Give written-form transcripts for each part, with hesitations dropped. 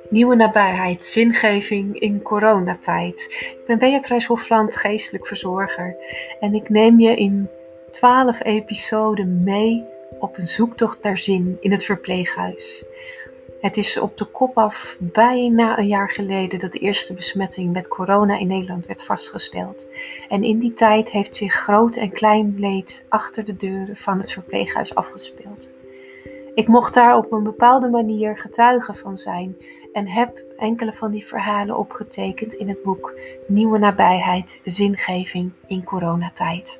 Nieuwe nabijheid, zingeving in coronatijd. Ik ben Beatrice Hofland, geestelijk verzorger. En ik neem je in 12 episoden mee op een zoektocht naar zin in het verpleeghuis. Het is op de kop af bijna een jaar geleden dat de eerste besmetting met corona in Nederland werd vastgesteld. En in die tijd heeft zich groot en klein leed achter de deuren van het verpleeghuis afgespeeld. Ik mocht daar op een bepaalde manier getuige van zijn en heb enkele van die verhalen opgetekend in het boek Nieuwe nabijheid, zingeving in coronatijd.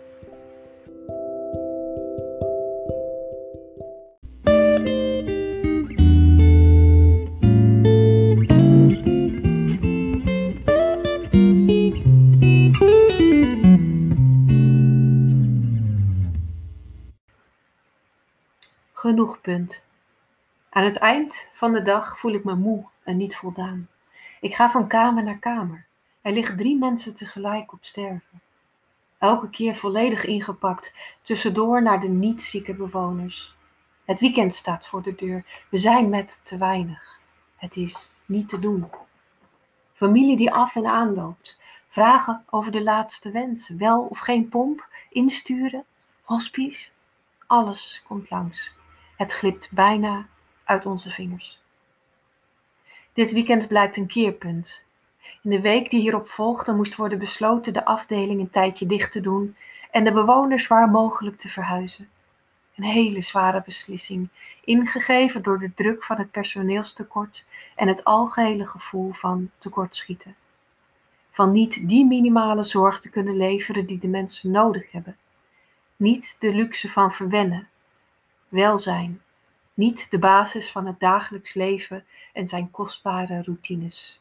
Genoegpunt. Aan het eind van de dag voel ik me moe en niet voldaan. Ik ga van kamer naar kamer. Er liggen 3 mensen tegelijk op sterven. Elke keer volledig ingepakt, tussendoor naar de niet zieke bewoners. Het weekend staat voor de deur. We zijn met te weinig. Het is niet te doen. Familie die af en aan loopt. Vragen over de laatste wensen. Wel of geen pomp. Insturen. Hospice. Alles komt langs. Het glipt bijna uit onze vingers. Dit weekend blijkt een keerpunt. In de week die hierop volgde moest worden besloten de afdeling een tijdje dicht te doen en de bewoners waar mogelijk te verhuizen. Een hele zware beslissing, ingegeven door de druk van het personeelstekort en het algehele gevoel van tekortschieten. Van niet die minimale zorg te kunnen leveren die de mensen nodig hebben. Niet de luxe van verwennen. Welzijn. Niet de basis van het dagelijks leven en zijn kostbare routines.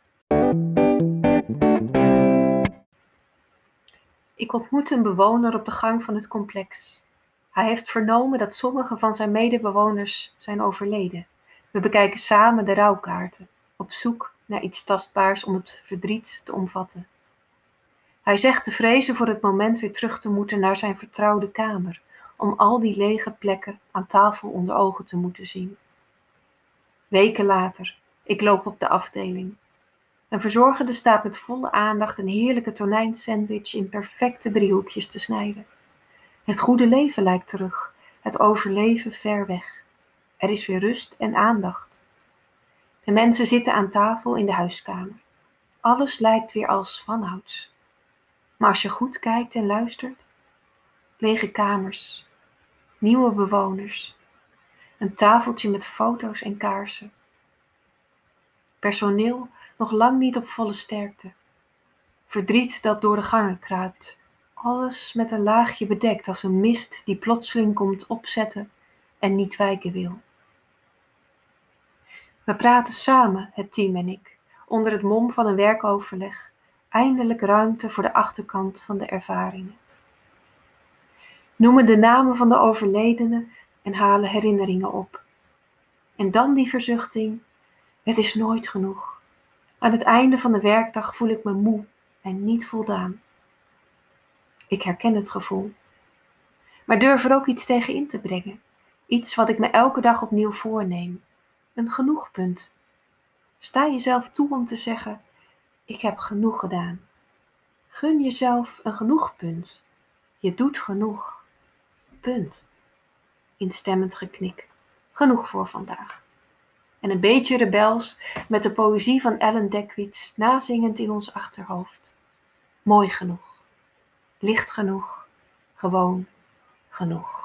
Ik ontmoet een bewoner op de gang van het complex. Hij heeft vernomen dat sommige van zijn medebewoners zijn overleden. We bekijken samen de rouwkaarten, op zoek naar iets tastbaars om het verdriet te omvatten. Hij zegt te vrezen voor het moment weer terug te moeten naar zijn vertrouwde kamer, om al die lege plekken aan tafel onder ogen te moeten zien. Weken later, ik loop op de afdeling. Een verzorgende staat met volle aandacht een heerlijke tonijnsandwich in perfecte driehoekjes te snijden. Het goede leven lijkt terug, het overleven ver weg. Er is weer rust en aandacht. De mensen zitten aan tafel in de huiskamer. Alles lijkt weer als vanouds. Maar als je goed kijkt en luistert, lege kamers, nieuwe bewoners, een tafeltje met foto's en kaarsen. Personeel nog lang niet op volle sterkte. Verdriet dat door de gangen kruipt. Alles met een laagje bedekt als een mist die plotseling komt opzetten en niet wijken wil. We praten samen, het team en ik, onder het mom van een werkoverleg. Eindelijk ruimte voor de achterkant van de ervaringen. Noemen de namen van de overledenen en halen herinneringen op. En dan die verzuchting, het is nooit genoeg. Aan het einde van de werkdag voel ik me moe en niet voldaan. Ik herken het gevoel. Maar durf er ook iets tegen in te brengen. Iets wat ik me elke dag opnieuw voorneem. Een genoegpunt. Sta jezelf toe om te zeggen, ik heb genoeg gedaan. Gun jezelf een genoegpunt. Je doet genoeg. Punt. Instemmend geknik. Genoeg voor vandaag. En een beetje rebels met de poëzie van Ellen Dekwits nazingend in ons achterhoofd. Mooi genoeg. Licht genoeg. Gewoon genoeg.